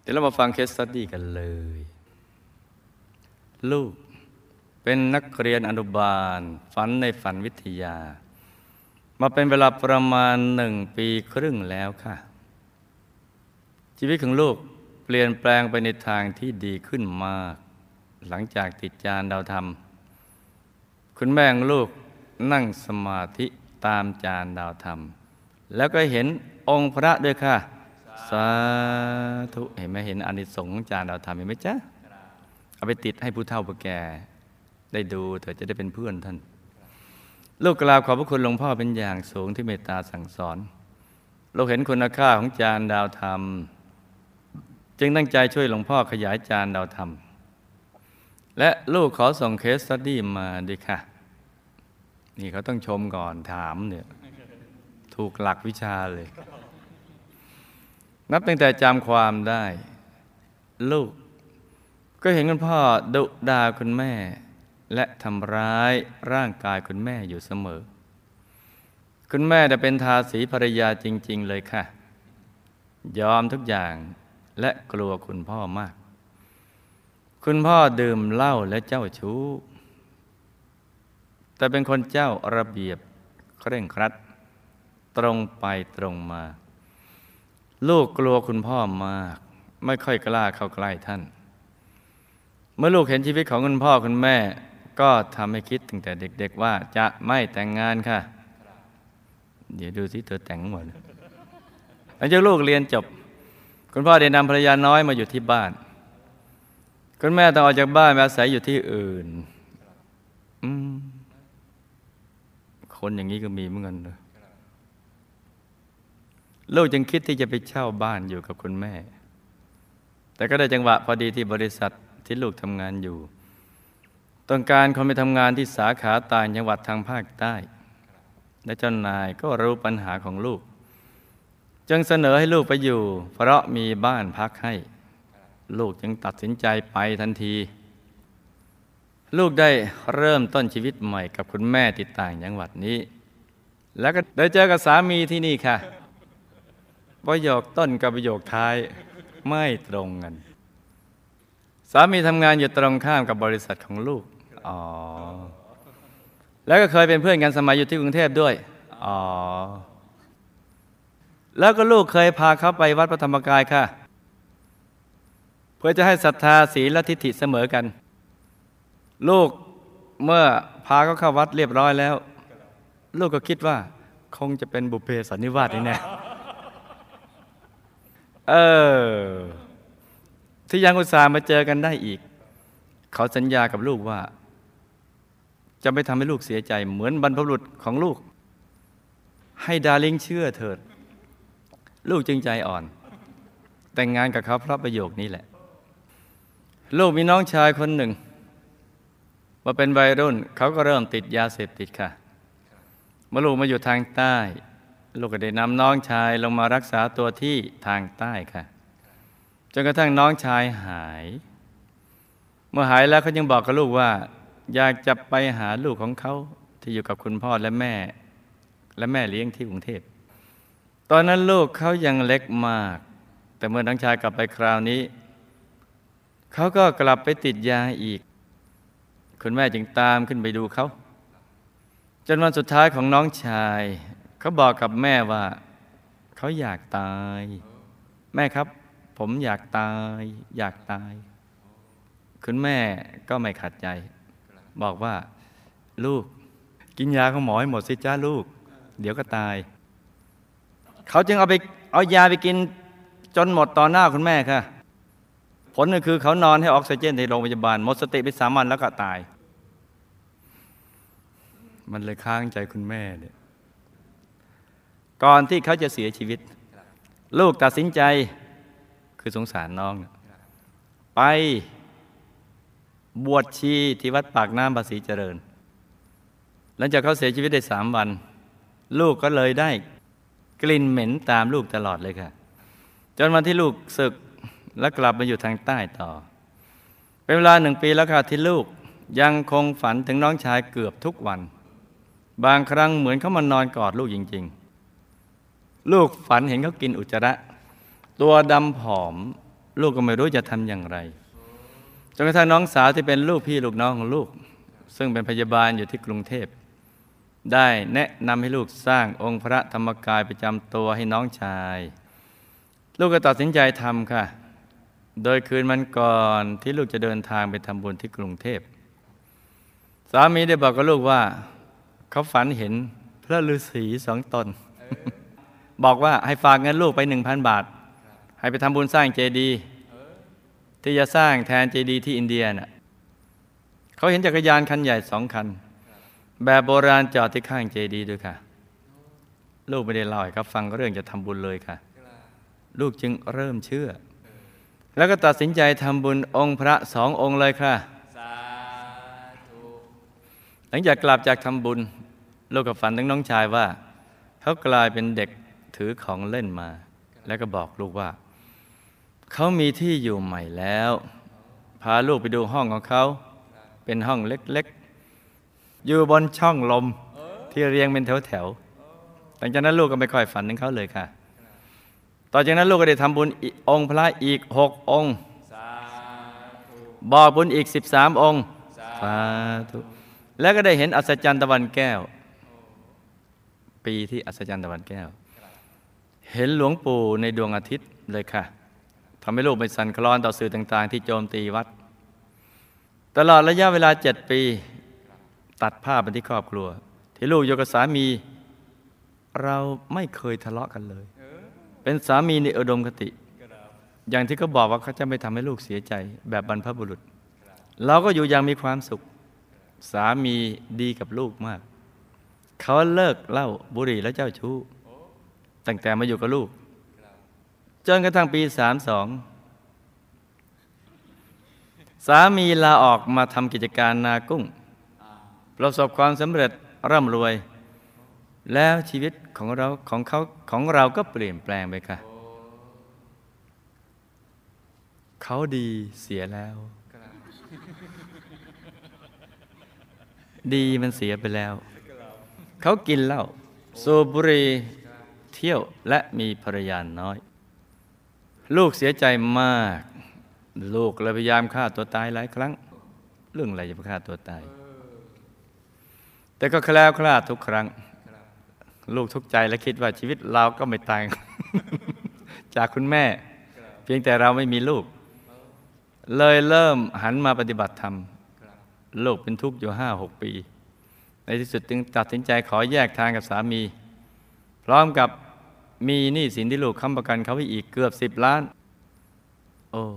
ดี๋ยวเรามาฟังเคสสตัดดี้กันเลย ลูกเป็นนักเรียนอนุบาลฝันในฝันวิทยามาเป็นเวลาประมาณ1 ปีครึ่งแล้วค่ะชีวิตของลูกเปลี่ยนแปลงไปในทางที่ดีขึ้นมากหลังจากติดจานดาวธรรมคุณแม่ของลูกนั่งสมาธิตามจานดาวธรรมแล้วก็เห็นองค์พระด้วยค่ะสาธุเห็นไหมเห็นอานิสงส์ของจานดาวธรรมเห็นไหมจ๊ะเอาไปติดให้ผู้เฒ่าผู้แก่ได้ดูเถอะจะได้เป็นเพื่อนท่านลูกกราบขอบพระคุณหลวงพ่อเป็นอย่างสูงที่เมตตาสั่งสอนเราเห็นคุณค่าของจานดาวธรรมจึงตั้งใจช่วยหลวงพ่อขยายจานดาวธรรมและลูกขอส่งเคสสตัดดี้มาดีค่ะนี่เขาต้องชมก่อนถามเนี่ยถูกหลักวิชาเลยนับตั้งแต่จำความได้ลูกก็เห็นคุณพ่อดุด่าคุณแม่และทำร้ายร่างกายคุณแม่อยู่เสมอคุณแม่จะเป็นทาสีภรรยาจริงๆเลยค่ะยอมทุกอย่างและกลัวคุณพ่อมากคุณพ่อดื่มเหล้าและเจ้าชู้แต่เป็นคนเจ้าระเบียบเคร่งครัดตรงไปตรงมาลูกกลัวคุณพ่อมากไม่ค่อยกล้าเข้าใกล้ท่านเมื่อลูกเห็นชีวิตของคุณพ่อคุณแม่ก็ทำให้คิดตั้งแต่เด็กๆว่าจะไม่แต่งงานค่ะเดี๋ยวดูสิเธอแต่งหมดหลังจากลูกเรียนจบคุณพ่อได้นำภรรยาน้อยมาอยู่ที่บ้านคุณแม่ต้องออกจากบ้านมาอาศัยอยู่ที่อื่นคนอย่างนี้ก็มีเหมือนกันเลยลูกจึงคิดที่จะไปเช่าบ้านอยู่กับคุณแม่แต่ก็ได้จังหวะพอดีที่บริษัทที่ลูกทำงานอยู่ต้องการคนไปทำงานที่สาขาต่างจังหวัดทางภาคใต้และเจ้านายก็รู้ปัญหาของลูกจึงเสนอให้ลูกไปอยู่เพราะมีบ้านพักให้ลูกจึงตัดสินใจไปทันทีลูกได้เริ่มต้นชีวิตใหม่กับคุณแม่ที่ต่างจังหวัดนี้แล้วก็ได้เจอกับสามีที่นี่ค่ะประโยคต้นกับประโยคท้ายไม่ตรงกันสามีทำงานอยู่ตรงข้ามกับบริษัทของลูกแล้วก็เคยเป็นเพื่อนกันสมัยอยู่ที่กรุงเทพด้วยแล้วก็ลูกเคยพาเขาไปวัดพระธรรมกายค่ะเพื่อจะให้ศรัทธาศีลและทิฏฐิเสมอกันลูกเมื่อพาเขาเข้าวัดเรียบร้อยแล้วลูกก็คิดว่าคงจะเป็นบุพเพสันนิวาสแน่ที่ยังอุตส่าห์มาเจอกันได้อีกเขาสัญญากับลูกว่าจะไม่ทำให้ลูกเสียใจเหมือนบรรพบุรุษของลูกให้ดาริ่งเชื่อเถิดลูกจึงใจอ่อนแต่งงานกับเขาเพราะประโยคนี้แหละลูกมีน้องชายคนหนึ่งมาเป็นวัยรุ่นเขาก็เริ่มติดยาเสพติดค่ะเมื่อลูกมาอยู่ทางใต้ลูกก็ได้นำน้องชายลงมารักษาตัวที่ทางใต้ค่ะจนกระทั่งน้องชายหายเมื่อหายแล้วเขายังบอกกับลูกว่าอยากจะไปหาลูกของเขาที่อยู่กับคุณพ่อและแม่เลี้ยงที่กรุงเทพตอนนั้นลูกเขายังเล็กมากแต่เมื่อน้องชายกลับไปคราวนี้เขาก็กลับไปติดยาอีกคุณแม่จึงตามขึ้นไปดูเขาจนวันสุดท้ายของน้องชายเขาบอกกับแม่ว่าเขาอยากตายแม่ครับผมอยากตายคุณแม่ก็ไม่ขัดใจบอกว่าลูกกินยาของหมอให้หมดสิจ้าลูกเดี๋ยวก็ตายเขาจึงเอายาไปกินจนหมดต่อหน้าคุณแม่ค่ะผลก็คือเขานอนให้ออกซิเจนในโรงพยาบาลหมดสติไป3 วันแล้วก็ตายมันเลยค้างใจคุณแม่เนี่ยก่อนที่เขาจะเสียชีวิตลูกตัดสินใจคือสงสารน้องไปบวชชีที่วัดปากน้ำภาษีเจริญหลังจากเขาเสียชีวิตได้3 วันลูกก็เลยได้กลิ่นเหม็นตามลูกตลอดเลยค่ะจนวันที่ลูกศึกและกลับมาอยู่ทางใต้ต่อเป็นเวลา1 ปีแล้วค่ะที่ลูกยังคงฝันถึงน้องชายเกือบทุกวันบางครั้งเหมือนเขามานอนกอดลูกจริงๆลูกฝันเห็นเขากินอุจจาระตัวดำผอมลูกก็ไม่รู้จะทำอย่างไรจนกระทั่งน้องสาวที่เป็นลูกพี่ลูกน้องของลูกซึ่งเป็นพยาบาลอยู่ที่กรุงเทพได้แนะนำให้ลูกสร้างองค์พระธรรมกายประจำตัวให้น้องชายลูกก็ตัดสินใจทำค่ะโดยคืนวันก่อนที่ลูกจะเดินทางไปทำบุญที่กรุงเทพสามีได้บอกกับลูกว่าเขาฝันเห็นพระฤาษี2 ตน บอกว่าให้ฝากเงินลูกไป 1,000 บาทให้ไปทำบุญสร้างเจดีย์ที่จะสร้างแทนเจดีย์ที่อินเดียน่ะเขาเห็นจักรยานคันใหญ่2 คันแบบโบราณจอดที่ข้างเจดีย์ด้วยค่ะลูกไม่ได้เล่าให้เขาฟังเรื่องจะทำบุญเลยค่ะลูกจึงเริ่มเชื่อแล้วก็ตัดสินใจทำบุญองค์พระ2 องค์เลยค่ะหลังจากกลับจากทำบุญลูกก็ฝันถึงน้องชายว่าเขากลายเป็นเด็กถือของเล่นมาแล้วก็บอกลูกว่าเขามีที่อยู่ใหม่แล้วพาลูกไปดูห้องของเขาเป็นห้องเล็กๆอยู่บนช่องลมที่เรียงเป็นแถวๆหลังจากนั้นลูกก็ไม่ค่อยฝันถึงเขาเลยค่ะต่อจากนั้นลูกก็ได้ทำบุญองค์พระอีก6 องค์บอกบุญอีก13 องค์สาธุแล้วก็ได้เห็นอัศจรรย์ตะวันแก้วปีที่อัศจรรย์ตะวันแก้วเห็นหลวงปู่ในดวงอาทิตย์เลยค่ะทำให้ลูกไม่สั่นคลอนต่อสื่อต่างๆที่โจมตีวัดตลอดระยะเวลา7 ปีตัดภาพไปที่ครอบครัวที่ลูกอยู่กับสามีเราไม่เคยทะเลาะกันเลยเป็นสามีในอุดมคติอย่างที่เขาบอกว่าเขาจะไม่ทำให้ลูกเสียใจแบบบรรพบุรุษเราก็อยู่อย่างมีความสุขสามีดีกับลูกมากเขาเลิกเหล้าบุหรี่และเจ้าชู้ตั้งแต่มาอยู่กับลูกจนกระทั่งปี32สามีลาออกมาทำกิจการนากุ้งประสบความสำเร็จร่ำรวยแล้วชีวิตของเราก็เปลี่ยนแปลงไปค่ะเขาดีเสียแล้วดีมันเสียไปแล้วเขากินเหล้าสูบบุหรี่เที่ยวและมีภรรยาน้อยลูกเสียใจมากลูกเลยพยายามฆ่าตัวตายหลายครั้งเรื่องอะไรจะไปฆ่าตัวตายแต่ก็แคล้วคลาดทุกครั้งลูกทุกข์ใจและคิดว่าชีวิตเราก็ไม่ต่าง จากคุณแม่เพียงแต่เราไม่มีลูกเลยเริ่มหันมาปฏิบัติธรรมลูกเป็นทุกข์อยู่5-6 ปีในที่สุดจึงตัดสินใจขอแยกทางกับสามีพร้อมกับมีหนี้สินที่ลูกค้ำประกันเขาไว้อีกเกือบ10 ล้านโอ้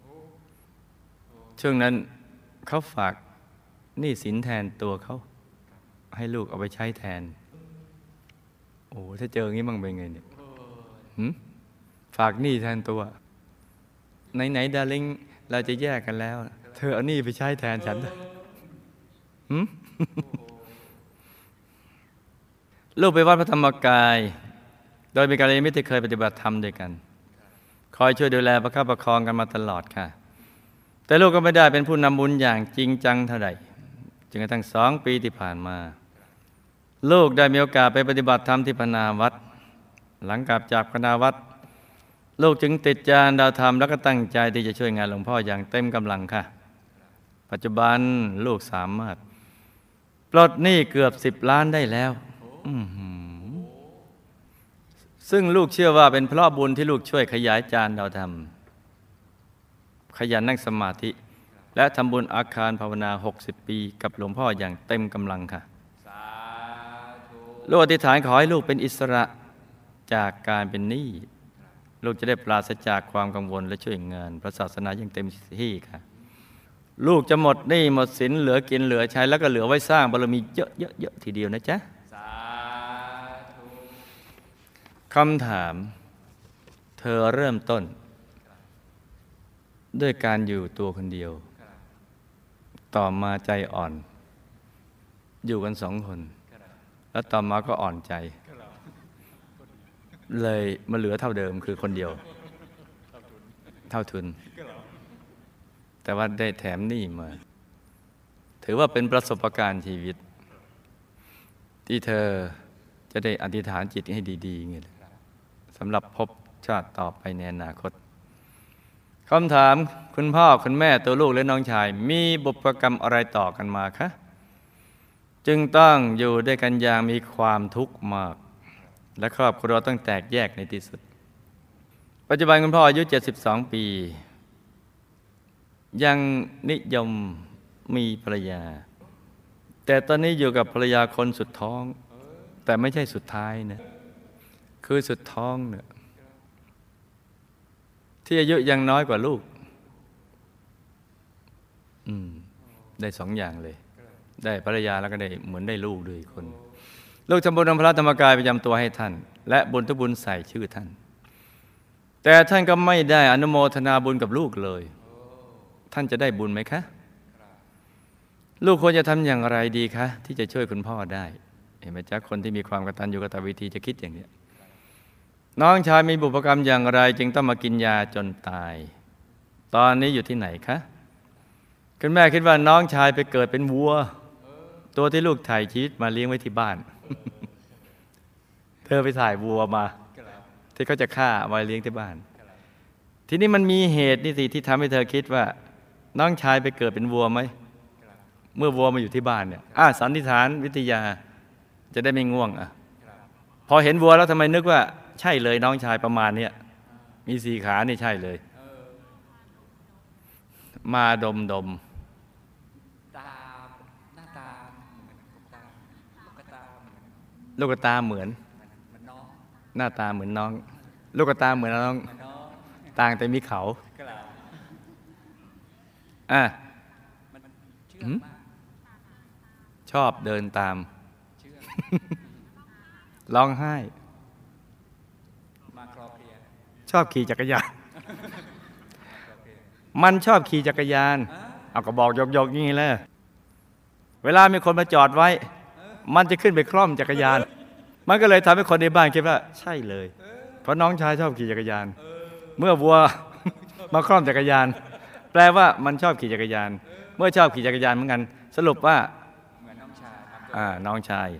ช่วงนั้นเขาฝากหนี้สินแทนตัวเขาให้ลูกเอาไปใช้แทนโอ้ถ้าเจออย่างนี้มั่งเป็นไงเนี่ยฝากหนี้แทนตัวไหนดาริ่งเราจะแยกกันแล้วเธอเอาหนี้ไปใช้แทนฉันลูกไปวัดพระธรรมกายโดยมีกัลยาณมิตรที่เคยปฏิบัติธรรมด้วยกันคอยช่วยดูแลประคับประคองกันมาตลอดค่ะแต่ลูกก็ไม่ได้เป็นผู้นำบุญอย่างจริงจังเท่าใดจนกระทั่ง2 ปีที่ผ่านมาลูกได้มีโอกาสไปปฏิบัติธรรมที่พนาวัดหลังกลับจากพนาวัดลูกจึงติดจานดาวธรรมแล้วก็ตั้งใจที่จะช่วยงานหลวงพ่ออย่างเต็มกำลังค่ะปัจจุบันลูกสามารถปลดหนี้เกือบ10 ล้านได้แล้วซึ่งลูกเชื่อว่าเป็นเพราะบุญที่ลูกช่วยขยายจานดาวธรรมขยันนั่งสมาธิและทำบุญอาคารภาวนา60 ปีกับหลวงพ่ออย่างเต็มกำลังค่ะลูกอธิษฐานขอให้ลูกเป็นอิสระจากการเป็นหนี้ลูกจะได้ปราศจากความกังวลและช่วยงานพระศาสนาอย่างเต็มที่ค่ะลูกจะหมดหนี้หมดสินเหลือกินเหลือใช้แล้วก็เหลือไว้สร้างบารมีเยอะๆทีเดียวนะจ๊ะคำถามเธอเริ่มต้นด้วยการอยู่ตัวคนเดียวต่อมาใจอ่อนอยู่กัน2 คนแล้วต่อมาก็อ่อนใจเลยมาเหลือเท่าเดิมคือคนเดียวเท่าทุนแต่ว่าได้แถมหนี้มาถือว่าเป็นประสบการณ์ชีวิตที่เธอจะได้อธิษฐานจิตให้ดีๆไงสำหรับภพชาติต่อไปในอนาคตคคำถามคุณพ่อคุณแม่ตัวลูกและน้องชายมีบุพกรรมอะไรต่อกันมาคะจึงต้องอยู่ด้วยกันอย่างมีความทุกข์มากและครอบครัวต้องแตกแยกในที่สุดปัจจุบันคุณพ่ออายุ72 ปียังนิยมมีภรรยาแต่ตอนนี้อยู่กับภรรยาคนสุดท้องแต่ไม่ใช่สุดท้ายนะคือสุดท้องเนี่ยที่อายุยังน้อยกว่าลูกได้2 อย่างเลยได้ภรรยาแล้วก็ได้เหมือนได้ลูกด้วยคนลูกทำบุญทำพระธรรมกายประจำตัวให้ท่านและบุญทุกบุญใส่ชื่อท่านแต่ท่านก็ไม่ได้อนุโมทนาบุญกับลูกเลยท่านจะได้บุญไหมคะลูกควรจะทำอย่างไรดีคะที่จะช่วยคุณพ่อได้เห็นไหมจ๊ะคนที่มีความกตัญญูกตวิธีจะคิดอย่างนี้น้องชายมีบุพกรรมอย่างไรจึงต้องมากินยาจนตายตอนนี้อยู่ที่ไหนคะคุณแม่คิดว่าน้องชายไปเกิดเป็นวัวตัวที่ลูกถ่ายชีวิตมาเลี้ยงไว้ที่บ้าน เธอไปถ่ายวัวมาที่เขาจะฆ่ามาเลี้ยงที่บ้านทีนี้มันมีเหตุนี่สิที่ทำให้เธอคิดว่าน้องชายไปเกิดเป็นวัวไหมเมื่อวัวมาอยู่ที่บ้านเนี่ยสันนิษฐานวิทยาจะได้ไม่ง่วงพอเห็นวัวแล้วทำไมนึกว่าใช่เลยน้องชายประมาณนี้มี4 ขานี่ใช่เลยมาดมตาหน้าตาลูกตาเหมือนหน้าตาเหมือนน้องลูกตาเหมือนน้องต่างแต่มีเขาชอบเดินตามร้องไห้ชอบขี่จักรยานมันชอบขี่จักรยานเอาก็บอกยกๆอย่างนี้แหละเวลามีคนมาจอดไว้มันจะขึ้นไปคล่อมจักรยานมันก็เลยทำให้คนในบ้านคิดว่าใช่เลยเพราะน้องชายชอบขี่จักรยานเมื่อวัวมาคล่อมจักรยานแปลว่ามันชอบขี่จักรยานเมื่อชอบขี่จักรยานเหมือนกันสรุปว่าน้องชาย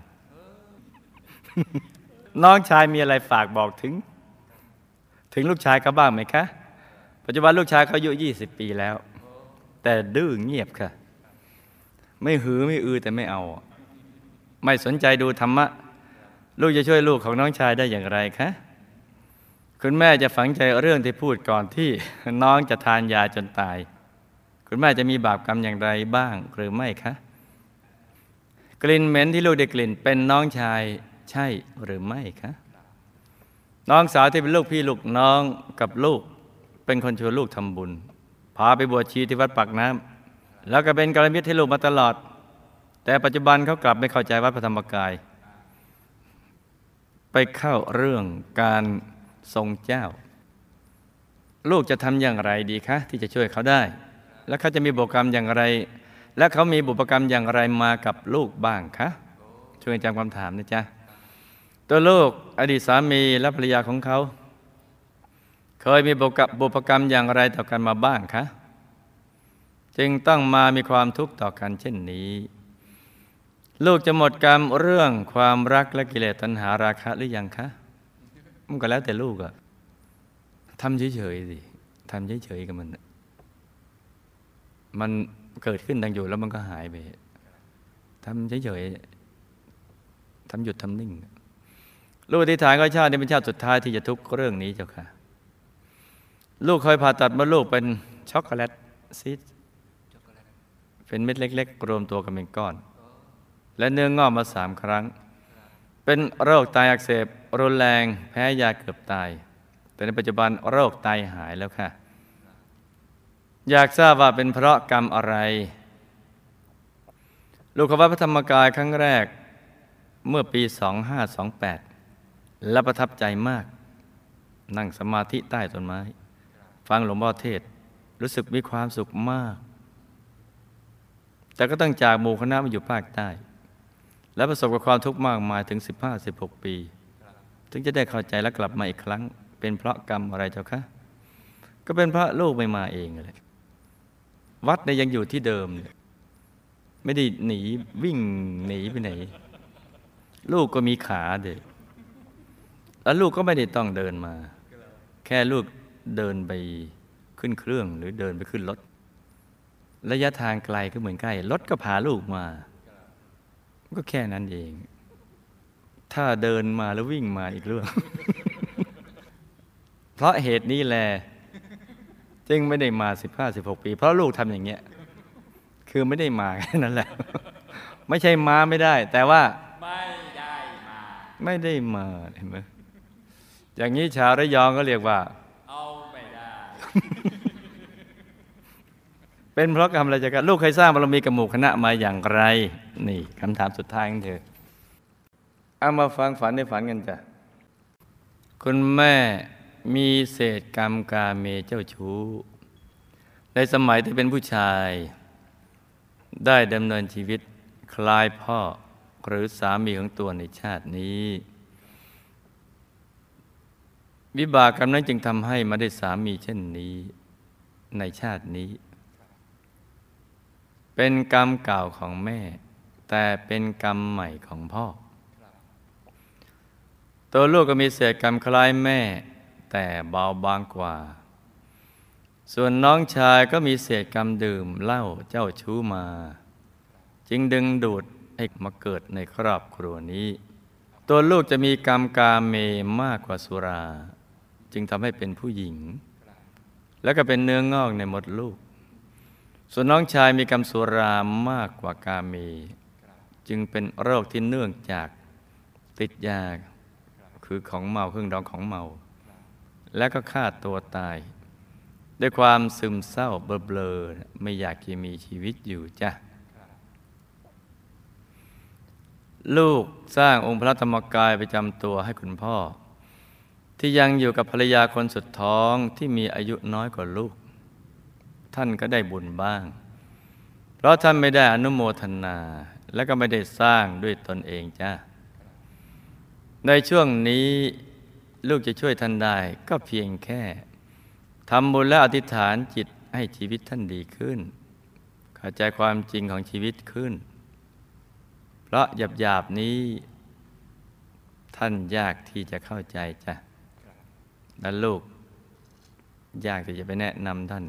น้องชายมีอะไรฝากบอกถึงลูกชายเขาบ้างไหมคะปัจจุบันลูกชายเขาอายุ20 ปีแล้วแต่ดื้อเงียบค่ะไม่หือไม่อือแต่ไม่เอาไม่สนใจดูธรรมะลูกจะช่วยลูกของน้องชายได้อย่างไรคะคุณแม่จะฝังใจเรื่องที่พูดก่อนที่น้องจะทานยาจนตายคุณแม่จะมีบาปกรรมอย่างไรบ้างหรือไม่คะกลิ่นเหม็นที่ลูกได้กลิ่นเป็นน้องชายใช่หรือไม่คะน้องสาวที่เป็นลูกพี่ลูกน้องกับลูกเป็นคนชวนลูกทำบุญพาไปบวชชีที่วัดปากน้ำแล้วก็เป็นกัลยาณมิตรให้ลูกมาตลอดแต่ปัจจุบันเขากลับไม่เข้าใจวัดพระธรรมกายไปเข้าเรื่องการทรงเจ้าลูกจะทำอย่างไรดีคะที่จะช่วยเขาได้และเขาจะมีบุพกรรมอย่างไรและเขามีบุพกรรมอย่างไรมากับลูกบ้างคะช่วยจำคำถามนะจ๊ะตัวลูกอดีตสามีและภรรยาของเขาเคยมีบุพกรรมอย่างไรต่อกันมาบ้างคะจึงต้องมามีความทุกข์ต่อกันเช่นนี้ลูกจะหมดกรรมเรื่องความรักและกิเลสตัณหาราคะหรือยังคะมันก็แล้วแต่ลูกอะทำเฉยๆสิทำเฉยๆกับมันเกิดขึ้นดังอยู่แล้วมันก็หายไปทำเฉยๆทำหยุดทำนิ่งลูกอธิษฐานขอชาตินี้เป็นชาติสุดท้ายที่จะทุกข์เรื่องนี้เจ้าค่ะลูกเคยผ่าตัดมดลูกเป็นช็อกโกแลตซีดเป็นเม็ดเล็กๆรวมตัวกันเป็นก้อนและเนื้องอกมา3 ครั้งเป็นโรคไตอักเสบรุนแรงแพ้ยาเกือบตายแต่ในปัจจุบันโรคไตหายแล้วค่ะอยากทราบว่าเป็นเพราะกรรมอะไรลูกเข้าวัดพระธรรมกายครั้งแรกเมื่อปี 2528และประทับใจมากนั่งสมาธิใต้ต้นไม้ฟังหลวงพ่อเทศรู้สึกมีความสุขมากแต่ก็ต้องจากหมู่คณะมาอยู่ภาคใต้และประสบกับความทุกข์มากมายถึง 15-16 ปีถึงจะได้เข้าใจและกลับมาอีกครั้งเป็นเพราะกรรมอะไรเจ้าคะก็เป็นเพราะลูกไม่มาเองเลยวัดเนี่ยยังอยู่ที่เดิมไม่ได้หนีวิ่งหนีไปไหนลูกก็มีขาเด็กแล้วลูกก็ไม่ได้ต้องเดินมาแค่ลูกเดินไปขึ้นเครื่องหรือเดินไปขึ้นรถระยะทางไกลก็เหมือนใกล้รถก็พาลูกมาก็แค่นั้นเองถ้าเดินมาแล้ววิ่งมาอีกเรื่อง เพราะเหตุนี้แหละจึงไม่ได้มา15-16 ปีเพราะลูกทำอย่างเงี้ยคือไม่ได้มาแค่นั้นแหละ ไม่ใช่มาไม่ได้แต่ว่าไม่ได้มาเห็นไหมอย่างนี้ชาวระยองก็เรียกว่าเอาไม่ได้ เป็นเพราะกรรมอะไรจากกันลูกเคยสร้างบารมีกับหมู่คณะมาอย่างไรนี่คำถามสุดท้ายของเธอเอามาฟังฝันในฝันกันจ้ะคุณแม่มีเศษกรรมกาเมเจ้าชู้ในสมัยที่เป็นผู้ชายได้ดำเนินชีวิตคล้ายพ่อหรือสามีของตัวในชาตินี้วิบากกรรมนั้นจึงทำให้มาได้สามีเช่นนี้ในชาตินี้เป็นกรรมเก่าของแม่แต่เป็นกรรมใหม่ของพ่อตัวลูกก็มีเศษกรรมคล้ายแม่แต่เบาบางกว่าส่วนน้องชายก็มีเศษกรรมดื่มเหล้าเจ้าชู้มาจึงดึงดูดให้มาเกิดในครอบครัวนี้ตัวลูกจะมีกรรมกาเมมากกว่าสุราจึงทำให้เป็นผู้หญิงและก็เป็นเนื้องอกในมดลูกส่วนน้องชายมีกรรมสุรามากกว่ากาเมจึงเป็นโรคที่เนื่องจากติดยาคือของเมาเครื่องดองของเมาและก็ฆ่าตัวตายด้วยความซึมเศร้าเบลอๆไม่อยากจะมีชีวิตอยู่จ้ะลูกสร้างองค์พระธรรมกายประจำตัวให้คุณพ่อที่ยังอยู่กับภรรยาคนสุดท้องที่มีอายุน้อยกว่าลูกท่านก็ได้บุญบ้างเพราะท่านไม่ได้อนุโมทนาและก็ไม่ได้สร้างด้วยตนเองจ้ะในช่วงนี้ลูกจะช่วยท่านได้ก็เพียงแค่ทำบุญและอธิษฐานจิตให้ชีวิตท่านดีขึ้นเข้าใจความจริงของชีวิตขึ้นเพราะหยาบๆนี้ท่านยากที่จะเข้าใจจ้ะและลูกยากที่จะไปแนะนำท่าน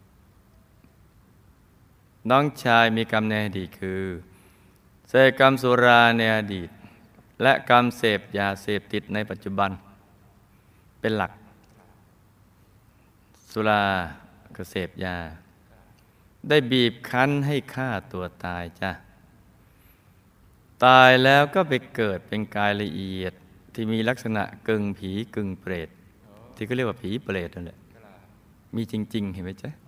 น้องชายมีกรรมในอดีตคือเสพกรรมสุราในอดีตและกรรมเสพยาเสพติดในปัจจุบันเป็นหลักสุราก็เสพยาได้บีบคั้นให้ฆ่าตัวตายจ้ะตายแล้วก็ไปเกิดเป็นกายละเอียดที่มีลักษณะกึ่งผีกึ่งเปรตที่เขาเรียกว่าผีเปรตนั่นแหละมีจริงๆเห็นไหมจ๊ะ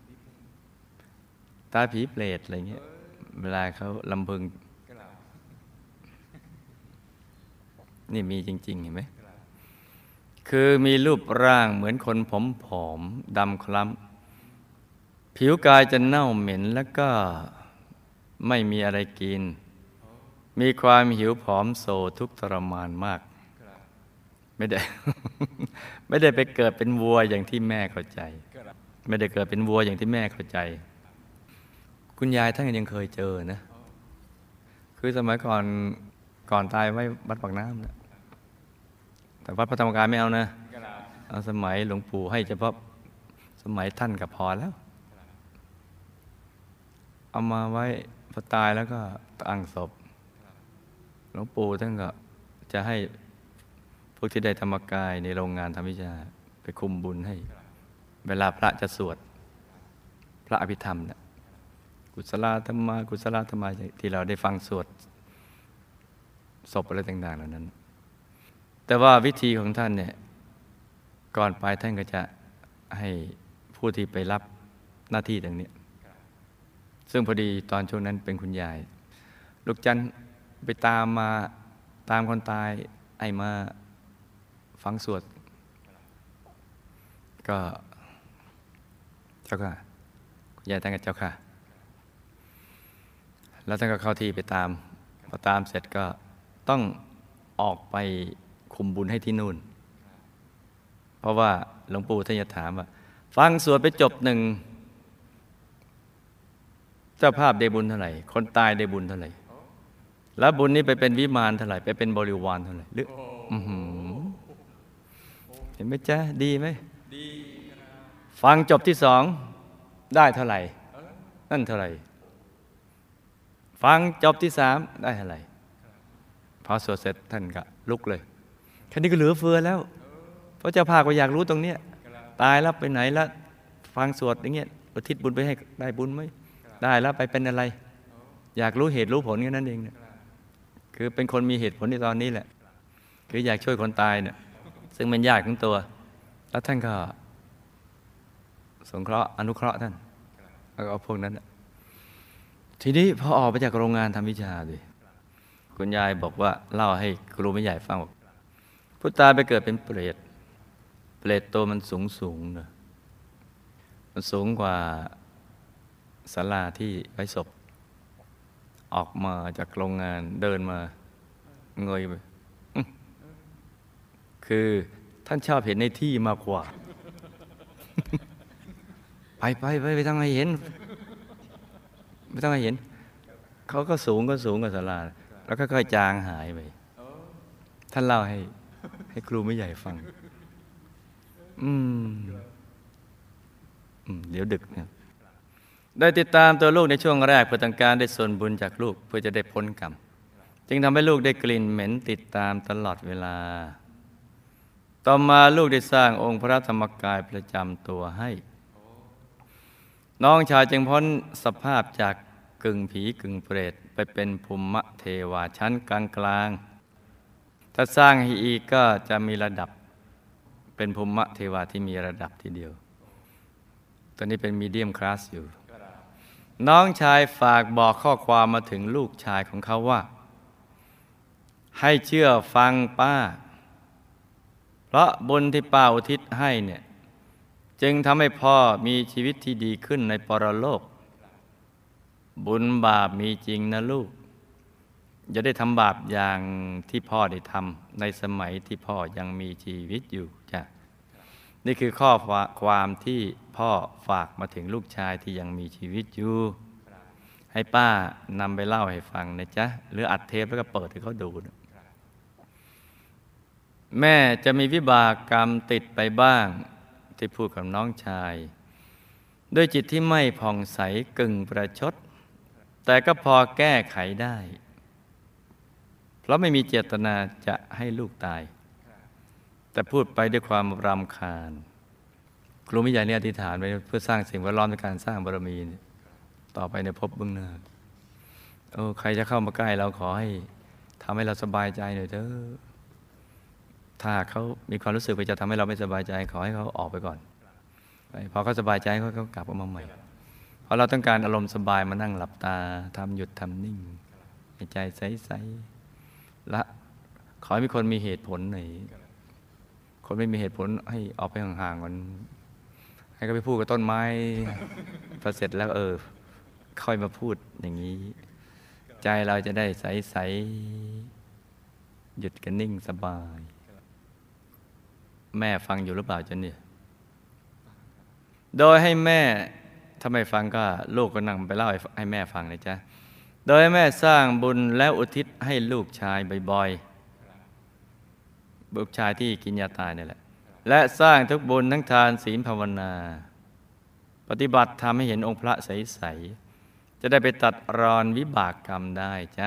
ตาผีเปรตอะไรเงี้ยเวลาเขาลำพึงนี่มีจริงๆเห็นไหมคือมีรูปร่างเหมือนคนผอมดำคล้ำผิวกายจะเน่าเหม็นแล้วก็ไม่มีอะไรกินมีความหิวผอมโซทุกข์ทรมานมากไม่ได้ ไม่ได้ไปเกิดเป็นวัวอย่างที่แม่เข้าใจไม่ได้เกิดเป็นวัวอย่างที่แม่เข้าใจคุณยายท่านยังเคยเจอนะคือสมัยก่อนตายไว้วัดปากน้ำนะแต่วัดพระธรรมกายไม่เอานะเอาสมัยหลวงปู่ให้เฉพาะสมัยท่านก็พอแล้วเอามาไว้พอตายแล้วก็ตั้งศพหลวงปู่ท่านก็จะให้พวกที่ได้ธรรมกายในโรงงานทำวิชาไปคุมบุญให้เวลาพระจะสวดพระอภิธรรมนะกุศลธรรมากุศลธรรมาที่เราได้ฟังสวดศพอะไรต่างๆเหล่านั้นแต่ว่าวิธีของท่านเนี่ยก่อนไปท่านก็จะให้ผู้ที่ไปรับหน้าที่ตรงนี้ซึ่งพอดีตอนช่วงนั้นเป็นคุณยายลูกจันไปตามคนตายไอ้มาฟังสวดก็เจ้าค่ะคุณยายท่านกับเจ้าค่ะแล้วท่านก็เข้าที่ไปตามพอตามเสร็จก็ต้องออกไปคุมบุญให้ที่นู่นเพราะว่าหลวงปู่ท่านจะถามว่าฟังสวดไปจบหนึ่งเจ้าภาพได้บุญเท่าไหร่คนตายได้บุญเท่าไหร่แล้วบุญนี้ไปเป็นวิมานเท่าไหร่ไปเป็นบริวารเท่าไหร่หรือเห็นไหมจ๊ะดีไหมดีฟังจบที่สองได้เท่าไหร่นั่นเท่าไหร่ฟังจบที่สามได้เท่าไหร่พอสวดเสร็จท่านก็ลุกเลยแค่นี้ก็เหลือเฟือแล้วเพราะเจ้าภาพก็อยากรู้ตรงเนี้ยตายแล้วไปไหนแล้วฟังสวดอย่างเงี้ยอุทิศบุญไปให้ได้บุญไหมได้แล้วไปเป็นอะไร อยากรู้เหตุรู้ผลแค่นั้นเองเนี่ยคือเป็นคนมีเหตุผลในตอนนี้แหละคืออยากช่วยคนตายเนี่ยซึ่งเป็นญาติของตัวแล้วท่านก็สงเคราะห์อนุเคราะห์ท่านแล้วก็เอาพวกนั้นทีนี้พอออกไปจากโรงงานทำวิชาดิคุณยายบอกว่าเล่าให้ครูไม่ใหญ่ฟังบอกผู้ตายไปเกิดเป็นเปรตตัวมันสูงเนอะมันสูงกว่าศาลาที่ไว้ศพออกมาจากโรงงานเดินมาเงยไปคือท่านชอบเห็นในที่มากกว่า ไปต้องให้เห็นไม่ต้องให้เห็นเขาก็สูงกว่าศาลาแล้วก็ค่อยจางหายไปท่านเล่าให้ครูไม่ใหญ่ฟังเดี๋ยวดึกเนี่ยได้ติดตามตัวลูกในช่วงแรกเพื่อต้องการได้ส่วนบุญจากลูกเพื่อจะได้พ้นกรรมจึงทำให้ลูกได้กลิ่นเหม็นติดตามตลอดเวลาต่อมาลูกได้สร้างองค์พระธรรมกายประจำตัวให้น้องชายจึงพ้นสภาพจากกึ่งผีกึ่งเปรตไปเป็นภูมิเทวาชั้นกลางๆถ้าสร้างให้อีกก็จะมีระดับเป็นภูมิเทวาที่มีระดับทีเดียวตอนนี้เป็นมีเดียมคลาสอยู่น้องชายฝากบอกข้อความมาถึงลูกชายของเขาว่าให้เชื่อฟังป้าเพราะบุญที่ป้าอุทิศให้เนี่ยจึงทำให้พ่อมีชีวิตที่ดีขึ้นในปรโลกบุญบาปมีจริงนะลูกอย่าได้ทำบาปอย่างที่พ่อได้ทำในสมัยที่พ่อยังมีชีวิตอยู่จ้ะนี่คือข้อความที่พ่อฝากมาถึงลูกชายที่ยังมีชีวิตอยู่ให้ป้านำไปเล่าให้ฟังนะจ๊ะหรืออัดเทปแล้วก็เปิดให้เขาดูนะแม่จะมีวิบากกรรมติดไปบ้างที่พูดกับน้องชายด้วยจิตที่ไม่ผ่องใสกึ่งประชดแต่ก็พอแก้ไขได้เพราะไม่มีเจตนาจะให้ลูกตายแต่พูดไปด้วยความรำคาญครูมิใหญ่เนี่ยอธิษฐานไว้เพื่อสร้างสิ่งแวดล้อมในการสร้างบารมีต่อไปในภพเบื้องหน้าใครจะเข้ามาใกล้เราขอให้ทำให้เราสบายใจหน่อยเถอะถ้าเขามีความรู้สึกไปจะทำให้เราไม่สบายใจขอให้เขาออกไปก่อนพอเขาสบายใจเขากลับมาใหม่เพราะเราต้องการอารมณ์สบายมานั่งหลับตาทำหยุดทำนิ่งใจใสๆและขอให้มีคนมีเหตุผลหน่อยคนไม่มีเหตุผลให้ออกไปห่างๆกันให้เขาไปพูดกับต้นไม้พอเสร็จแล้วค่อยมาพูดอย่างนี้ใจเราจะได้ใสๆหยุดกันนิ่งสบายแม่ฟังอยู่หรือเปล่าจ๊ะเนี่ยโดยให้แม่ถ้าไม่ฟังก็ลูกก็นั่งไปเล่าให้แม่ฟังนะจ๊ะโดยให้แม่สร้างบุญแล้วอุทิศให้ลูกชายบ่อยๆลูกชายที่กินยาตายนี่แหละและสร้างทุกบุญทั้งทานศีลภาวนาปฏิบัติทำให้เห็นองค์พระใสๆจะได้ไปตัดรอนวิบากกรรมได้จ้ะ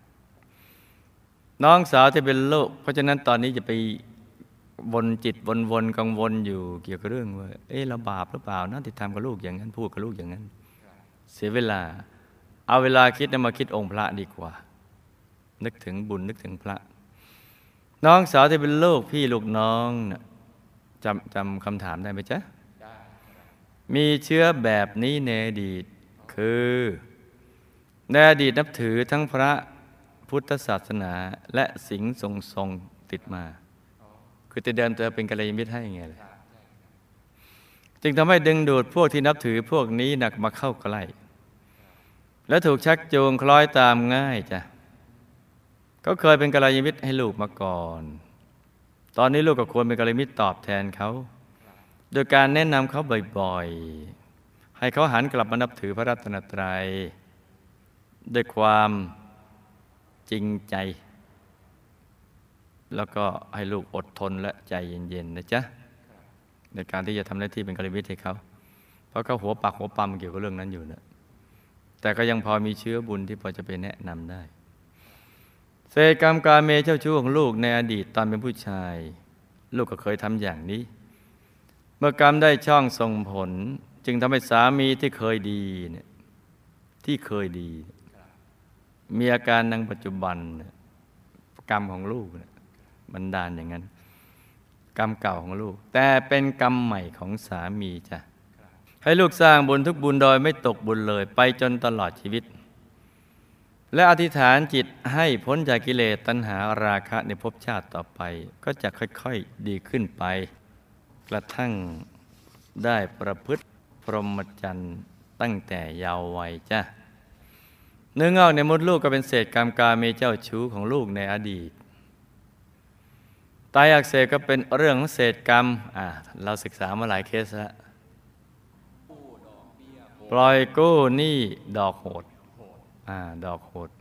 น้องสาวที่เป็นลูกเพราะฉะนั้นตอนนี้จะไปวนจิตวนกังวลอยู่เกี่ยวกับเรื่องว่าเราบาปหรือเปล่านะที่ทำกับลูกอย่างนั้นพูดกับลูกอย่างนั้นเสียเวลาเอาเวลาคิดมาคิดองค์พระดีกว่านึกถึงบุญนึกถึงพระน้องสาวที่เป็นลูกพี่ลูกน้องนะจำคำถามได้ไหมจ๊ะมีเชื้อแบบนี้ในอดีตคือในอดีตนับถือทั้งพระพุทธศาสนาและสิ่งทรงติดมาคือจะเดินเธอเป็นกัลยาณมิตรให้ไงเลยจึงทำให้ดึงดูดพวกที่นับถือพวกนี้หนักมาเข้าใกล้และถูกชักจูงคล้อยตามง่ายจ้ะเขาเคยเป็นกัลยาณมิตรให้ลูกมาก่อนตอนนี้ลูกก็ควรเป็นกัลยาณมิตรตอบแทนเขาโดยการแนะนำเขาบ่อยๆให้เขาหันกลับมานับถือพระรัตนตรัยด้วยความจริงใจแล้วก็ให้ลูกอดทนและใจเย็นๆนะจ๊ะในการที่จะทำหน้าที่เป็นกัลยาณมิตรให้เขาเพราะเขาหัวปักหัวปั๊มเกี่ยวกับเรื่องนั้นอยู่นะแต่ก็ยังพอมีเชื้อบุญที่พอจะไปแนะนำได้เศษกรรมกาเมเจ้าชู้ของลูกในอดีตตอนเป็นผู้ชายลูกก็เคยทำอย่างนี้เมื่อกรรมได้ช่องส่งผลจึงทำให้สามีที่เคยดีเนี่ยมีอาการในปัจจุบันกรรมของลูกบันดาลอย่างนั้นกรรมเก่าของลูกแต่เป็นกรรมใหม่ของสามีจ้ะให้ลูกสร้างบุญทุกบุญโดยไม่ตกบุญเลยไปจนตลอดชีวิตและอธิษฐานจิตให้พ้นจากกิเลสตัณหาราคะในภพชาติต่อไปก็จะค่อยๆดีขึ้นไปกระทั่งได้ประพฤติพรหมจรรย์ตั้งแต่เยาว์วัยจ้ะเนื้องอกในมดลูกก็เป็นเศษกรรมกาเมเจ้าชู้ของลูกในอดีตไตอักเสบก็เป็นเรื่องของเศษกรรมเราศึกษามาหลายเคสแล้วปล่อยกู้หนี้ดอกโหดดอกโหด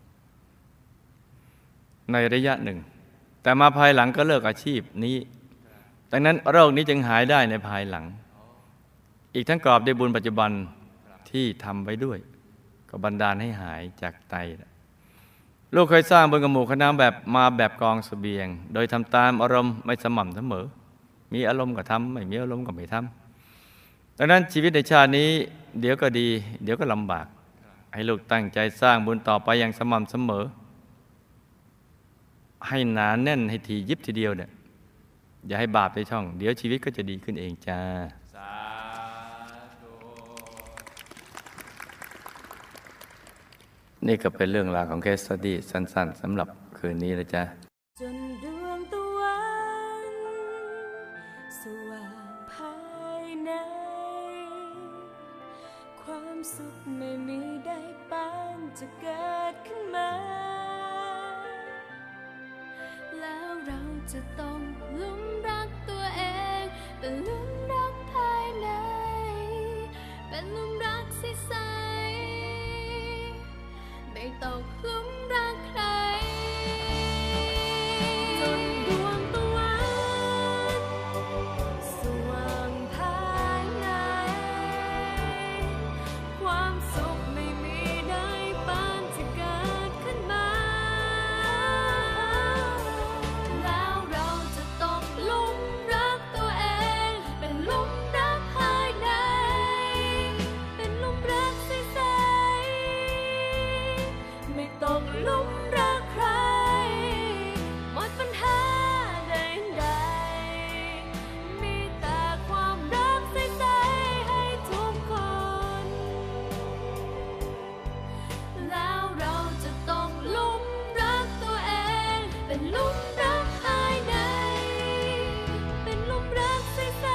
ในระยะหนึ่งแต่มาภายหลังก็เลิกอาชีพนี้ดังนั้นโรคนี้จึงหายได้ในภายหลังอีกทั้งกอบด้วยบุญปัจจุบันที่ทำไว้ด้วยก็บันดาลให้หายจากไตลูกเคยสร้างบุญกับหมู่คณะแบบกองเสบียงโดยทำตามอารมณ์ไม่สม่ำเสมอมีอารมณ์ก็ทำไม่มีอารมณ์ก็ไม่ทำดังนั้นชีวิตในชาตินี้เดี๋ยวก็ดีเดี๋ยวก็ลำบากให้ลูกตั้งใจสร้างบุญต่อไปอย่างสม่ำเสมอให้หนาแน่นให้ทียิบทีเดียวเนี่ยอย่าให้บาปในช่องเดี๋ยวชีวิตก็จะดีขึ้นเองจ้านี่ก็เป็นเรื่องราวของเคสสตี้สั้นๆสำหรับคืนนี้นะจ๊ะจนดวงตะวันสว่างภายในความสุขไม่มีใดปานจะเกิดขึ้นมาแล้วเราจะต้องลุ่มรักตัวเองเป็นลุ่มรักภายในเป็นลุ่มรักใสๆไม่ตกหลุมรักใครจนดวงตะวันสว่างภายในความสุขไม่มีใดปานจะเกิดขึ้นมาแล้วเราจะต้องหลุมรักตัวเองเป็นหลุมรักภายในเป็นหลุมรักใสๆไม่ต้องหลุมรักใครหมดปัญหาใดๆมีแต่ความรักใสๆให้ทุกคนแล้วเราจะต้องหลุมรักตัวเองเป็นหลุมรักภายในเป็นหลุมรักใส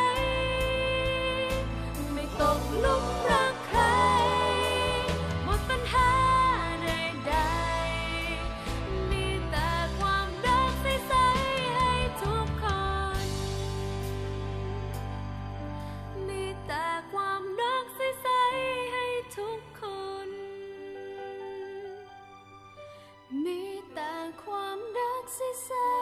ๆไม่ต้องหลุมรักใครหมดปัญหาใดๆมีแต่ความรักใสๆให้ทุกคนมีแต่ความรักใสๆให้ทุกคนมีแต่ความรักใสๆ